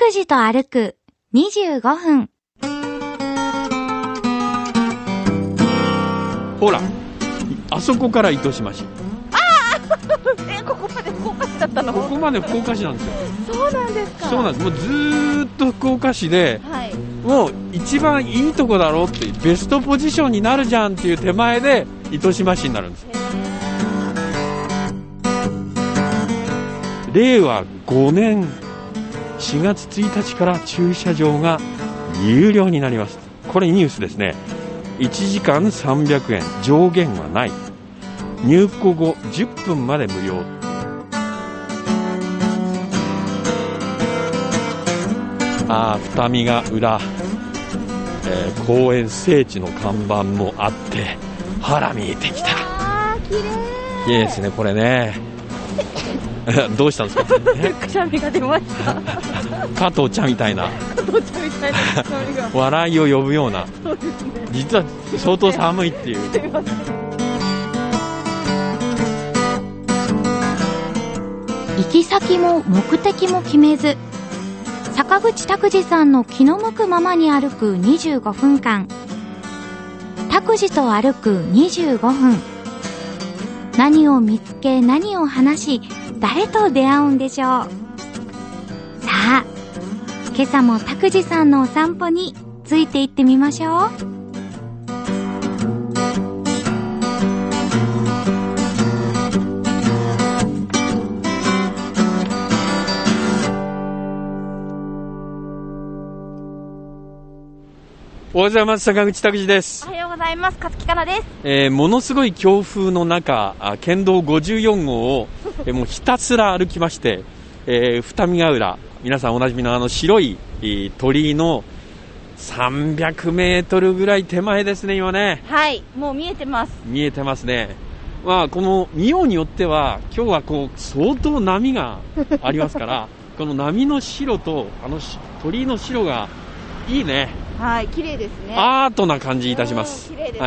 拓司と歩く25分。 ほら、あそこから糸島市。 ここまで福岡市だったの？ ここまで福岡市なんですよ。 そうなんですか。 そうなんです。もうずーっと福岡市で、 はい、 もう一番いいとこだろうっていうベストポジションになるじゃんっていう手前で糸島市になるんです。令和5年4月1日から駐車場が有料になります。これニュースですね。1時間300円、上限はない。入庫後10分まで無料。二見ヶ浦、公園聖地の看板もあって腹見えてきた。 綺麗ですね、これね。どうしたんですか？ くしゃみが出ました。 加藤茶みたいな、笑いを呼ぶような。 そうですね、 実は相当寒いっていう。 行き先も目的も決めず、坂口拓司さんの気の向くままに歩く25分間。拓司と歩く25分。何を見つけ、何を話し、誰と出会うんでしょう。さあ、今朝も拓司さんのお散歩について行ってみましょう。 おはようございます。坂口拓司です。 おはようございます。勝木かなです。 ものすごい強風の中、県道54号をもうひたすら歩きまして、二見ヶ浦、皆さんおなじみの白い鳥居の300メートルぐらい手前ですね、今ね。 はい、もう見えてます。 見えてますね。この見ようによっては今日は相当波がありますからこの波の白と鳥居の白がいいね。 はい、綺麗ですね。 アートな感じいたします。 綺麗です。 はい、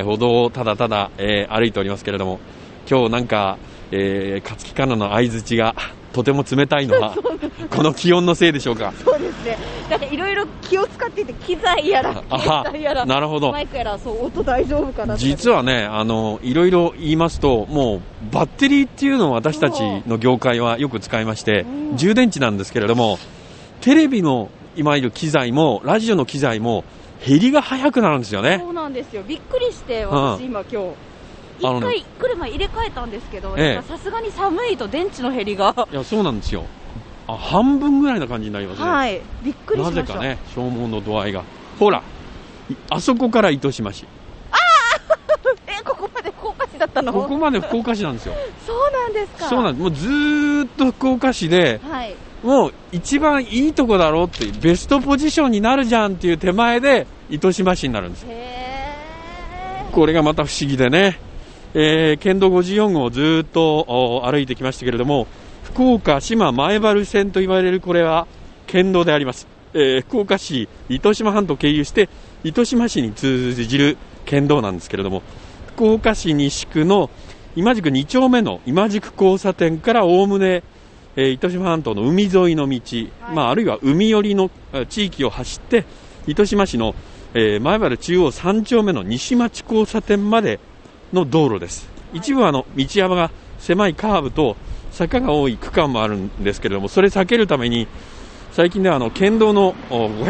歩道をただただ、歩いておりますけれども、今日なんか、勝木かなの相槌がとても冷たいのはこの気温のせいでしょうか。 そうですね。なんかいろいろ気を使っていて、機材やら携帯やら、 なるほど、 マイクやら、そう音大丈夫かな。 実はね、いろいろ言いますと、もうバッテリーっていうのを私たちの業界はよく使いまして、充電池なんですけれども、テレビのいわゆる機材もラジオの機材も減りが早くなるんですよね。 そうなんですよ。びっくりして私今今日一回車入れ替えたんですけど、さすがに寒いと電池の減りが。いや、 そうなんですよ。半分ぐらいな感じになりますね。 はい、びっくりしました。 なぜかね、消耗の度合いが。ほら、あそこから糸島市。 ここまで福岡市だったの？ ここまで福岡市なんですよ。 そうなんですか。 そうなんです。もうずーっと福岡市で、 はい、 もう一番いいとこだろうっていうベストポジションになるじゃんっていう手前で糸島市になるんです。これがまた不思議でね、県道54号をずっと歩いてきましたけれども、福岡志摩前原線と言われるこれは県道であります。福岡市糸島半島を経由して糸島市に通じる県道なんですけれども、福岡市西区の今宿2丁目の今宿交差点からおおむね糸島半島の海沿いの道、あるいは海寄りの地域を走って糸島市の、前原中央3丁目の西町交差点までの道路です。一部は道幅が狭いカーブと坂が多い区間もあるんですけれども、それ避けるために最近では県道の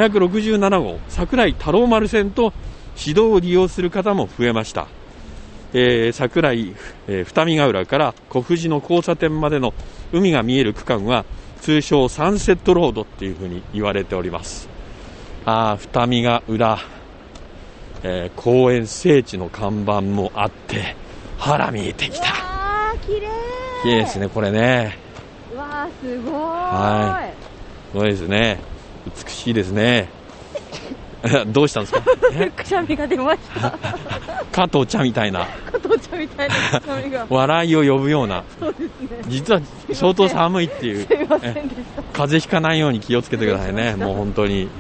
567号桜井太郎丸線と市道を利用する方も増えました。桜井、二見ヶ浦から小藤の交差点までの海が見える区間は通称サンセットロードっていうふうに言われております。二見ヶ浦、公園聖地の看板もあって腹見えてきた。 綺麗。 綺麗ですね、これね。 うわー、すごい。 はい、すごいですね。美しいですね。どうしたんですか？ くしゃみが出ました。 加藤茶みたいな。 加藤茶みたいなくしゃみが。 笑いを呼ぶような。 そうですね。 実は相当寒いっていう。 すいませんでした。 風邪ひかないように気をつけてくださいね。もう本当に。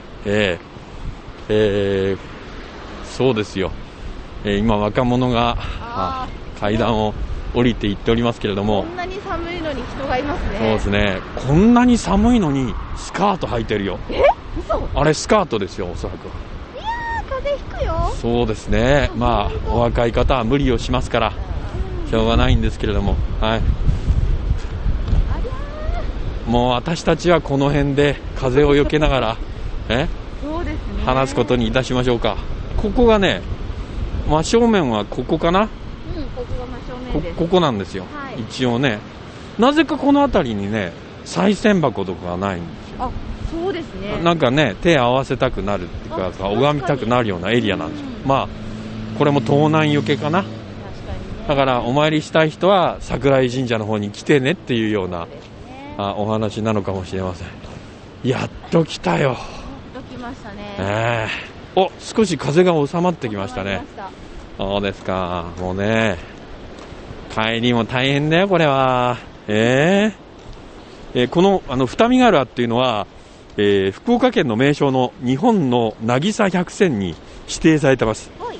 そうですよ。今若者が階段を降りていっておりますけれども、 こんなに寒いのに人がいますね。 そうですね、こんなに寒いのにスカート履いてるよ。 嘘。 あれスカートですよ、おそらく。 いやー、風邪ひくよ。 そうですね、まあお若い方は無理をしますからしょうがないんですけれども、はい、もう私たちはこの辺で風を避けながらそうですね、 話すことにいたしましょうか。ここがね、真正面はここかな。 ここが真正面です。 ここなんですよ、 はい、 一応ね。なぜかこの辺りにね、賽銭箱とかがないんですよ。 あ、そうですね。 なんかね、手合わせたくなるっていうか、拝みたくなるようなエリアなんですよ。まあこれも盗難よけかな。だからお参りしたい人は桜井神社の方に来てねっていうようなお話なのかもしれません。やっと来たよ。 やっと来ましたね。 お、少し風が収まってきましたね。そうですか。もうね、帰りも大変だよこれは。この二見ヶ浦っていうのは、福岡県の名勝の日本の渚百選に指定されてます。はい、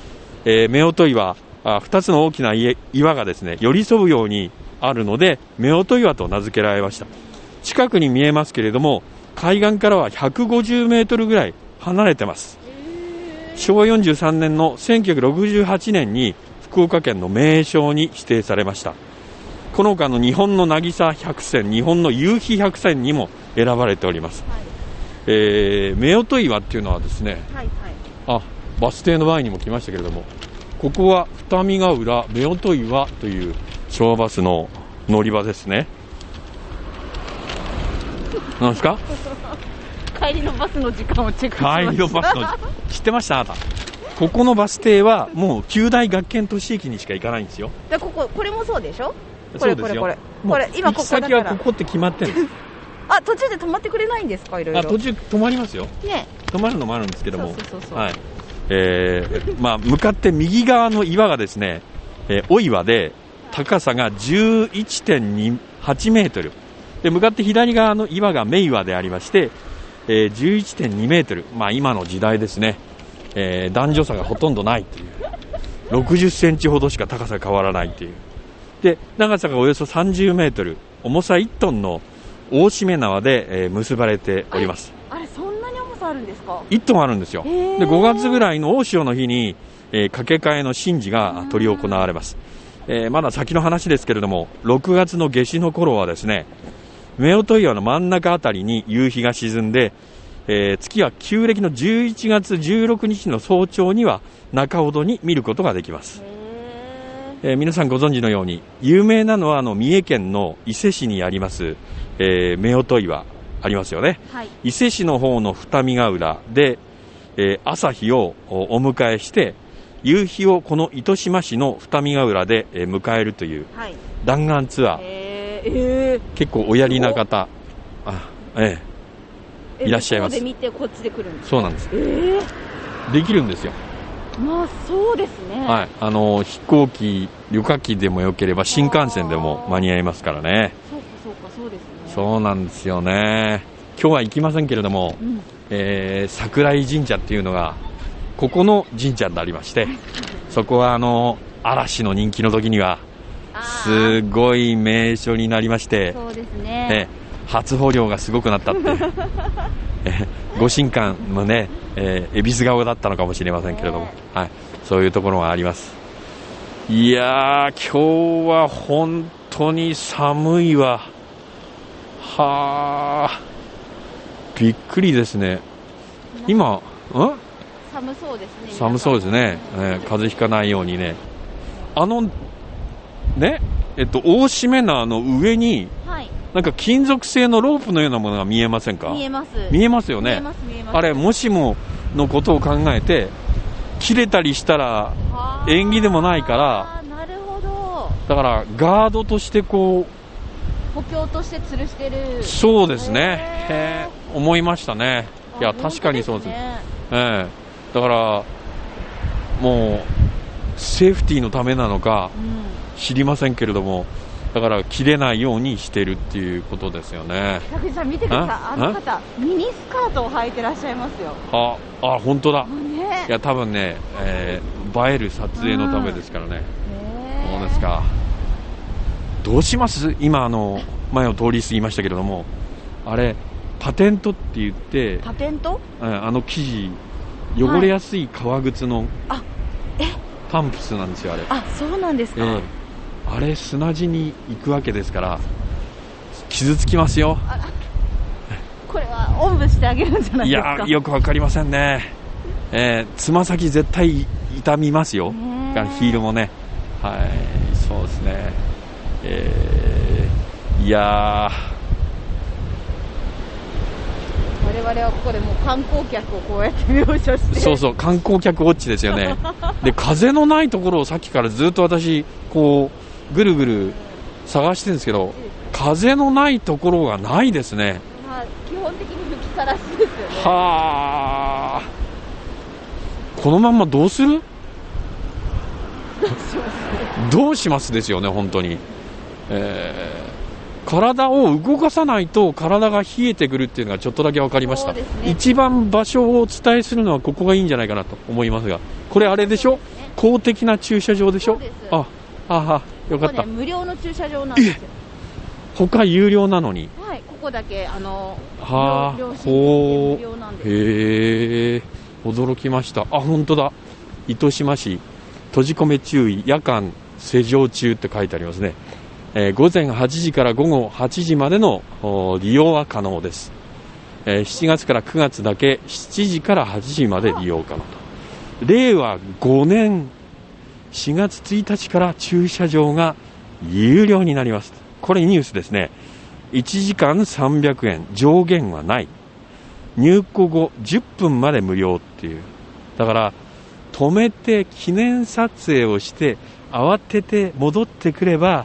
夫婦岩、2つの大きな岩がですね寄り添うようにあるので夫婦岩と名付けられました。近くに見えますけれども、海岸からは150メートルぐらい離れてます。昭和43年の1968年に福岡県の名勝に指定されました。この他の日本の渚百選、日本の夕日百選にも選ばれております。はい、夫婦岩っていうのはですね、はいはい、バス停の前にも来ましたけれども、ここは二見ヶ浦夫婦岩という小バスの乗り場ですね。なんですか？ 帰りのバスの時間をチェックしました。 帰りのバスの知ってました？あなた。ここのバス停はもう九大学研都市駅にしか行かないんですよ。 これもそうでしょ？ そうですよ。 これ今ここだから。 行き先はここって決まってるんです。 途中で止まってくれないんですか？いろいろ。 途中止まりますよ。ね。止まるのもあるんですけども。そう。はい。まあ向かって右側の岩がですね、お岩で高さが 11.28 メートルで、向かって左側の岩が目岩でありまして、11.2 メートル。まあ今の時代ですね、男女差がほとんどないという60センチほどしか高さが変わらないという。で長さがおよそ30メートル、重さ1トンの大しめ縄で、結ばれております。 あれそんなに重さあるんですか？ 1トンあるんですよ。で5月ぐらいの大潮の日に、掛け替えの神事が執り行われます。まだ先の話ですけれども、6月の夏至の頃はですね、夫婦岩の真ん中あたりに夕日が沈んで、月は旧暦の11月16日の早朝には中ほどに見ることができます。皆さんご存知のように有名なのは三重県の伊勢市にあります、夫婦岩ありますよね。はい、伊勢市の方の二見ヶ浦で、朝日をお迎えして夕日をこの糸島市の二見ヶ浦で迎えるという弾丸ツアー、結構おやりな方いらっしゃいます。 向こうで見てこっちで来るんですか？ そうなんです。できるんですよ。 まあそうですね。 はい、飛行機、旅客機でもよければ新幹線でも間に合いますからね。 そうですね。 そうなんですよね。今日は行きませんけれども、桜井神社っていうのがここの神社になりまして、そこは嵐の人気の時にはすごい名所になりまして、 そうですね。 初穂料がすごくなったってご神官もね、恵比寿顔だったのかもしれませんけれども、はい、そういうところがあります。いやー、今日は本当に寒いわ。はー、びっくりですね。今、 寒そうですね。 寒そうですね。風邪ひかないようにね。ね、大しめ縄の上に、はい、なんか金属製のロープのようなものが見えませんか？ 見えます。 見えますよね。 見えます。 あれもしものことを考えて切れたりしたら縁起でもないから、 なるほど。 だからガードとしてこう補強として吊るしてる。 そうですね。思いましたね。いや確かにそうですね。だからもうセーフティーのためなのか知りませんけれども、だから切れないようにしてるっていうことですよね。 竹内さん見てください。方ミニスカートを履いてらっしゃいますよ。 本当だ。いや多分ね、映える撮影のためですからね。そうですか。 どうします？今前を通り過ぎましたけれども、あれパテントって言って、 パテント？ 生地汚れやすい革靴のパンプスなんですよ、あれ。 あ、そうなんですか。 あれ砂地に行くわけですから傷つきますよ。 これはおんぶしてあげるんじゃないですか。 いや、よくわかりませんね。つま先絶対痛みますよ、ヒールもね。はい、そうですね。いや我々はここでもう観光客をこうやって描写して、 そうそう、観光客ウォッチですよね。で、風のないところをさっきからずっと私こうぐるぐる探してるんですけど、風のないところがないですね。 基本的に吹きさらしですよね。 はあ、このまんまどうする？どうしますですよね、本当に。体を動かさないと体が冷えてくるっていうのがちょっとだけ分かりました、ね、一番場所をお伝えするのはここがいいんじゃないかなと思いますが、これあれでしょ、公的な駐車場でしょ。ああ、よかった。ここね、 無料の駐車場なんですよ。 他有料なのに。 はい、ここだけはあ、ほう、へえ、驚きました。あ、本当だ、糸島市閉じ込め注意、夜間施錠中って書いてありますね。午前8時から午後8時までの利用は可能です。7月から9月だけ7時から8時まで利用可能と。令和5年4月1日から駐車場が有料になります。これニュースですね。1時間300円、上限はない。入庫後10分まで無料っていう。だから止めて記念撮影をして慌てて戻ってくれば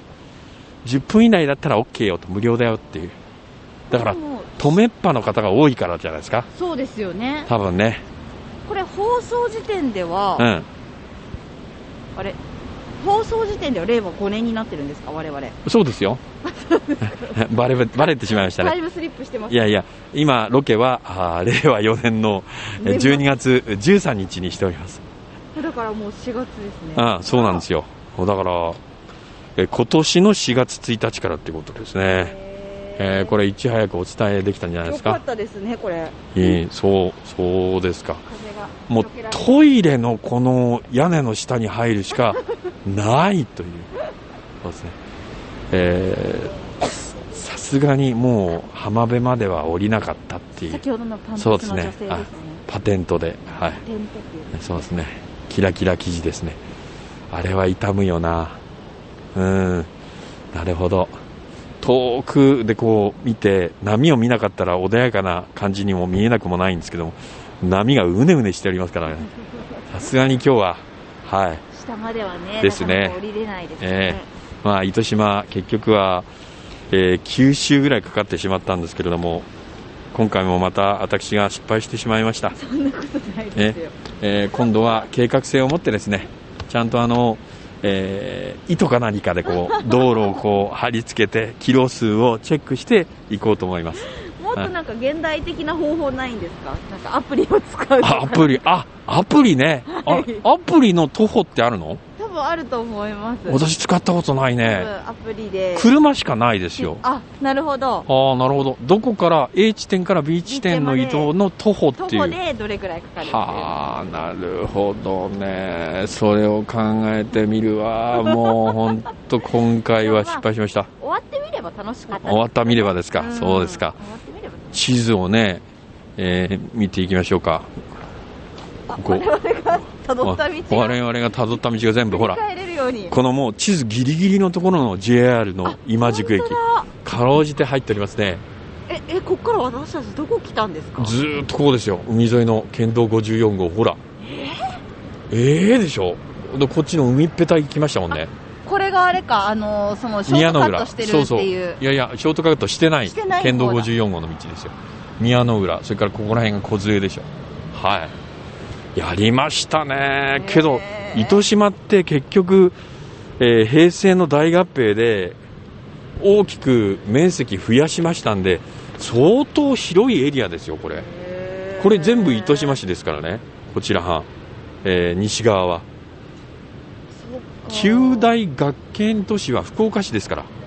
10分以内だったら OK よと、無料だよっていう。だから止めっぱの方が多いからじゃないですか。 そうですよね、 多分ね。 これ放送時点では、あれ放送時点では令和5年になってるんですか、我々。 そうですよ。バレてしまいましたね。 タイムスリップしてます。 いやいや、今ロケは令和4年の12月13日にしております。 だからもう4月ですね。 そうなんですよ。だから今年の4月1日からってことですね。これいち早くお伝えできたんじゃないですか。 よかったですね、これ。 そうですか。もうトイレのこの屋根の下に入るしかないという。そうですね。さすがにもう浜辺までは降りなかったっていう。 先ほどのパンプスの女性ですね。 パテントで、はい。そうですね。キラキラ生地ですね。あれは痛むよな。なるほど。遠くでこう見て波を見なかったら穏やかな感じにも見えなくもないんですけども、波がうねうねしておりますからね。さすがに今日は下まではね、 ですね。 降りれないですね。 糸島結局は、9週ぐらいかかってしまったんですけれども、今回もまた私が失敗してしまいました。 そんなことないですよ。 今度は計画性を持ってですね、ちゃんと糸か何かでこう道路をこう貼り付けてキロ数をチェックしていこうと思います。 もっとなんか現代的な方法ないんですか？なんかアプリを使うとか。 アプリね。アプリの徒歩ってあるの？ 多分あると思います。 私使ったことないね。 アプリで車しかないですよ。 なるほど。 なるほど。どこから A 地点から B 地点の移動の徒歩っていう。 徒歩でどれくらいかかるっていう。 なるほどね。それを考えてみるわ。もう本当今回は失敗しました。 終わってみれば楽しかった。 終わったみればですか。そうですか。地図をね、見ていきましょうか。 我々がたどった道が全部ほら、このもう地図ギリギリのところの JR の今宿駅かろうじて入っておりますね。 ここから私たちどこ来たんですか？ ずーっとこうですよ。海沿いの県道54号、ほら。でしょ。でこっちの海っぺた行きましたもんね。 これがあれか、そのショートカットしてるっていう。 そう。いやショートカットしてない県道54号の道ですよ。宮の浦、それからここら辺が梢でしょ。やりましたね。けど糸島って結局、平成の大合併で大きく面積増やしましたんで、相当広いエリアですよ。これ全部糸島市ですからね。こちら西側は九大学研都市は福岡市ですから。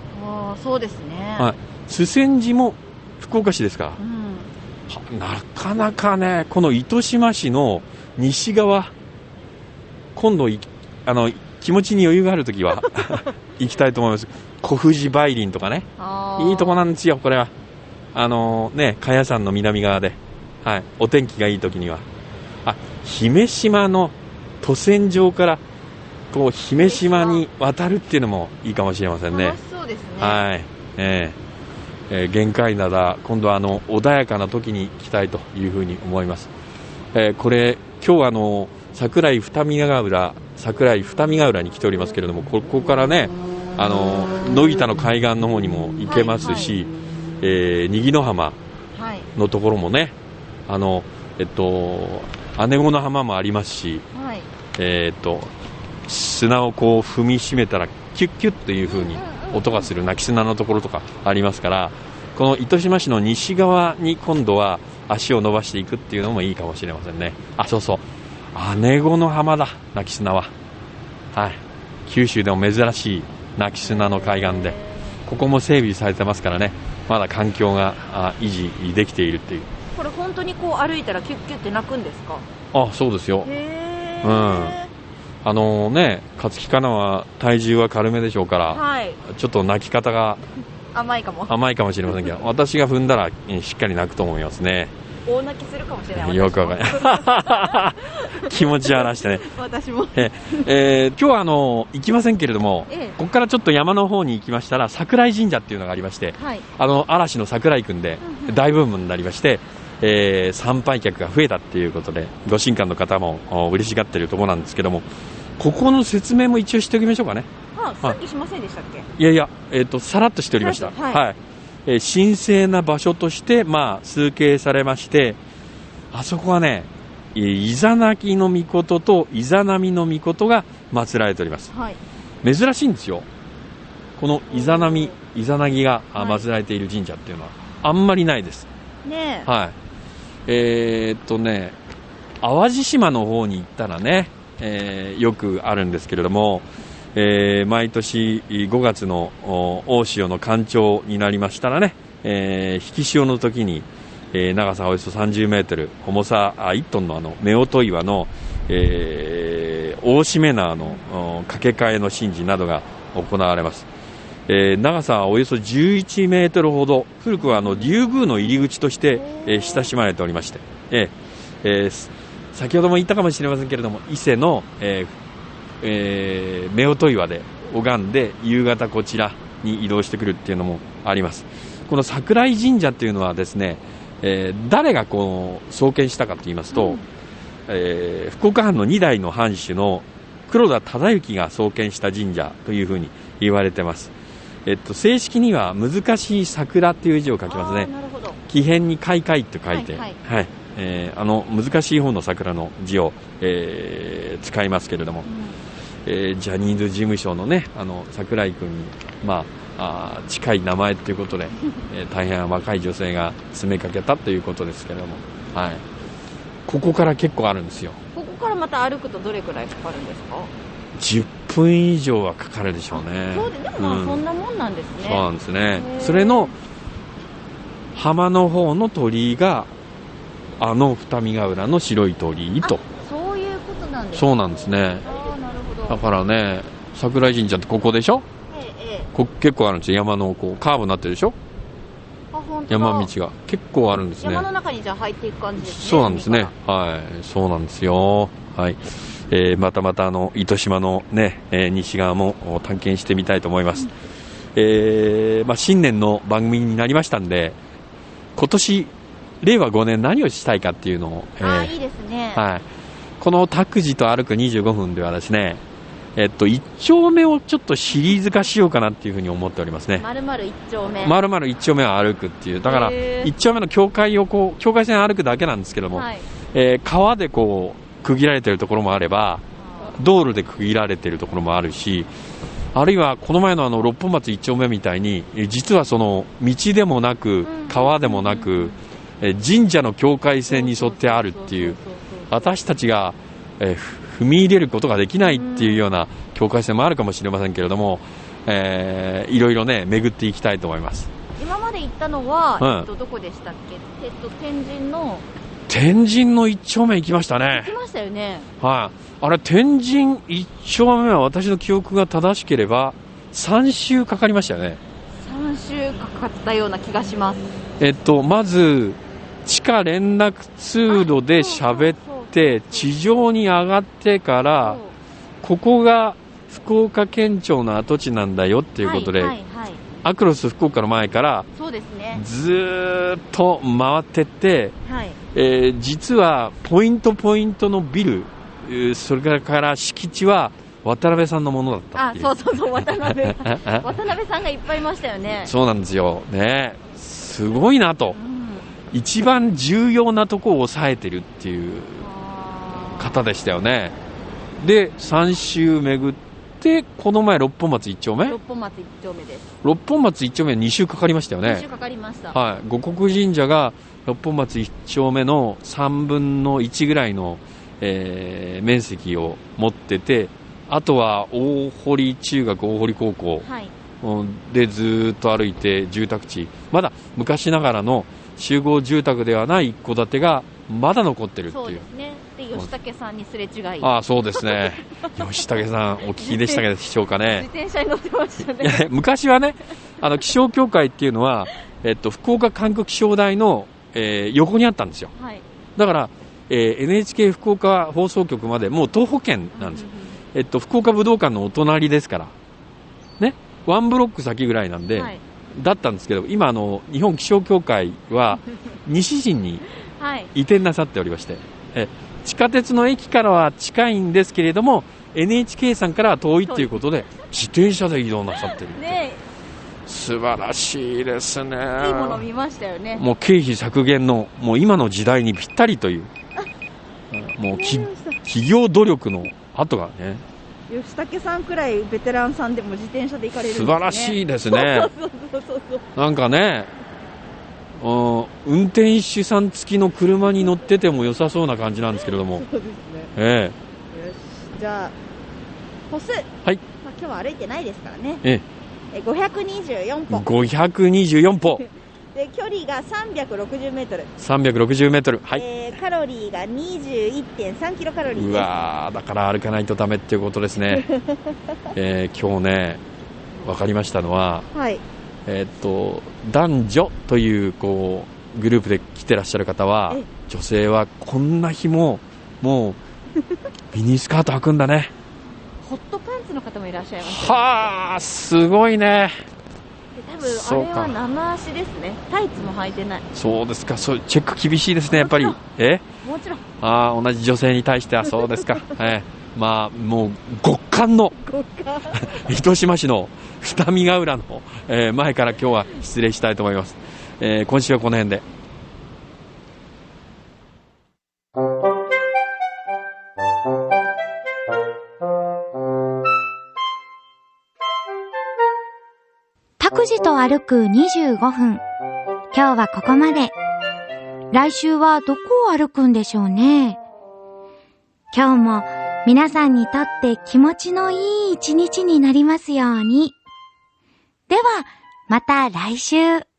あ、そうですね。 はい。須千寺も福岡市ですから、なかなかね、この糸島市の西側、今度気持ちに余裕があるときは行きたいと思います。小藤梅林とかね、いいとこなんですよ、これは。ね、茅屋山の南側で、はい、お天気がいいときには。姫島の渡船場からこう姫島に渡るっていうのもいいかもしれませんね。 楽しそうですね。 はい。玄界灘、今度は穏やかな時に来たいというふうに思います。これ今日桜井二見ヶ浦に来ておりますけれども、ここからね、野北の海岸の方にも行けますし、仁木の浜のところもね、姉子の浜もありますし、砂をこう踏みしめたらキュッキュッという風に音がする泣き砂のところとかありますから、この糸島市の西側に今度は足を伸ばしていくっていうのもいいかもしれませんね。そうそう、姉子の浜だ、泣き砂は。はい、九州でも珍しい泣き砂の海岸で、ここも整備されてますからね、まだ環境が維持できているっていう。 これ本当にこう歩いたらキュッキュッって鳴くんですか？ そうですよ。ね、勝木かなは体重は軽めでしょうから、ちょっと鳴き方が甘いかもしれませんけど、私が踏んだらしっかり鳴くと思いますね。 大泣きするかもしれない。 よくわかんない気持ちを荒らしてね。 私も今日は行きませんけれども、ここからちょっと山の方に行きましたら桜井神社っていうのがありまして、嵐の桜井くんで大ブームになりまして、参拝客が増えたっていうことで、ご神官の方も嬉しがっているところなんですけども、ここの説明も一応しておきましょうかね。 さっきしませんでしたっけ？ いや、さらっとしておりました。神聖な場所として、崇敬されまして、あそこはね、イザナギの御事とイザナミの御事が祀られております。珍しいんですよ。このイザナギが祀られている神社っていうのはあんまりないです。 ね。 淡路島の方に行ったらね、よくあるんですけれども、毎年5月の大潮の干潮になりましたらね、引き潮の時に、長さおよそ30メートル、重さ1トンの夫婦岩の、大しめ縄の掛け替えの神事などが行われます。長さはおよそ11メートルほど、古くは竜宮の入り口として、親しまれておりまして、先ほども言ったかもしれませんけれども、伊勢の、夫婦岩で拝んで夕方こちらに移動してくるっていうのもあります。この桜井神社っていうのはですね、誰がこう創建したかと言いますと、福岡藩の2代の藩主の黒田忠之が創建した神社というふうに言われてます。正式には難しい桜っていう字を書きますね。木偏に開会って書いて、難しい方の桜の字を、使いますけれども、ジャニーズ事務所のね、桜井君に、近い名前ということで、大変若い女性が詰めかけたということですけれども、ここから結構あるんですよ。 ここからまた歩くとどれくらいかかるんですか ？10分以上はかかるでしょうね。 でもそんなもんなんですね。 そうなんですね。それの浜の方の鳥居が二見ヶ浦の白い鳥居と。 そういうことなんですね。 そうなんですね。 なるほど。 だからね、桜井神社ってここでしょ？結構あるんですよ。山のこうカーブになってるでしょ？山道が結構あるんですね。 山の中にじゃあ入っていく感じですね。 そうなんですね。そうなんですよ。また糸島のね、西側も探検してみたいと思います。新年の番組になりましたんで、今年令和5年何をしたいかっていうのを、 いいですね。 この拓司と歩く25分ではですね、1丁目をちょっとシリーズ化しようかなっていうふうに思っておりますね。 丸々1丁目。 丸々1丁目を歩くっていう。だから1丁目の境界を境界線を歩くだけなんですけども、川でこう区切られているところもあれば、道路で区切られているところもあるし、あるいはこの前の六本松1丁目みたいに、実はその道でもなく川でもなく、神社の境界線に沿ってあるっていう、私たちが、踏み入れることができないっていうような境界線もあるかもしれませんけれども、 いろいろね、巡っていきたいと思います。 今まで行ったのは、どこでしたっけ？天神の一丁目行きましたね。 行きましたよね。 はい、あれ天神一丁目は私の記憶が正しければ3週かかりましたよね。 3週かかったような気がします。 まず地下連絡通路で喋って地上に上がってから、ここが福岡県庁の跡地なんだよっていうことで、アクロス福岡の前からずーっと回ってって、実はポイントのビル、それから敷地は渡辺さんのものだったっていう。 そう渡辺さんがいっぱいいましたよね。 そうなんですよね。すごいなと、一番重要なとこを抑えてるっていう方でしたよね。で3周巡って、この前六本松1丁目です。六本松1丁目は2周かかりましたよね。2 周かかりました。 はい、五穀神社が六本松1丁目の3分の1ぐらいの、面積を持ってて、あとは大堀中学、大堀高校、でずっと歩いて住宅地、まだ昔ながらの集合住宅ではない一戸建てがまだ残ってるっていう。そうですね。 で吉武さんにすれ違い。 そうですね。吉武さんお聞きでしたでしょうかね。 自転車に乗ってましたね。 昔はね、気象協会っていうのは、福岡管区気象台の、横にあったんですよ。だから、NHK 福岡放送局までもう東北圏なんですよ。福岡武道館のお隣ですからね、ワンブロック先ぐらいなんで、だったんですけど、今日本気象協会は西陣に移転なさっておりまして、地下鉄の駅からは近いんですけれども NHK さんからは遠いということで自転車で移動なさってるね。素晴らしいですね。 いいもの見ましたよね。 もう経費削減のもう今の時代にぴったりというもう企業努力の後がね。 吉武さんくらいベテランさんでも自転車で行かれるんですね。 素晴らしいですね。なんかね、運転手さん付きの車に乗ってても良さそうな感じなんですけれども。 そうですね。よし、じゃあ歩数、今日は歩いてないですからね。524歩。 524歩。 で距離が360メートル。 360メートル。はい。 カロリーが 21.3 キロカロリーです。 うわー、だから歩かないとダメっていうことですね。今日ね、分かりましたのは、男女というこうグループで来てらっしゃる方は、女性はこんな日ももうミニスカート履くんだね。 ホットパンツの方もいらっしゃいました、 はあ、すごいね。 多分あれは生足ですね。タイツも履いてない。 そうですか。そうチェック厳しいですね、やっぱり。もちろん。 同じ女性に対してはそうですか。もう極寒の糸島市の二見ヶ浦の、前から今日は失礼したいと思います。今週はこの辺で。 拓司と歩く25分。今日はここまで。来週はどこを歩くんでしょうね。今日も皆さんにとって気持ちのいい一日になりますように。では、また来週。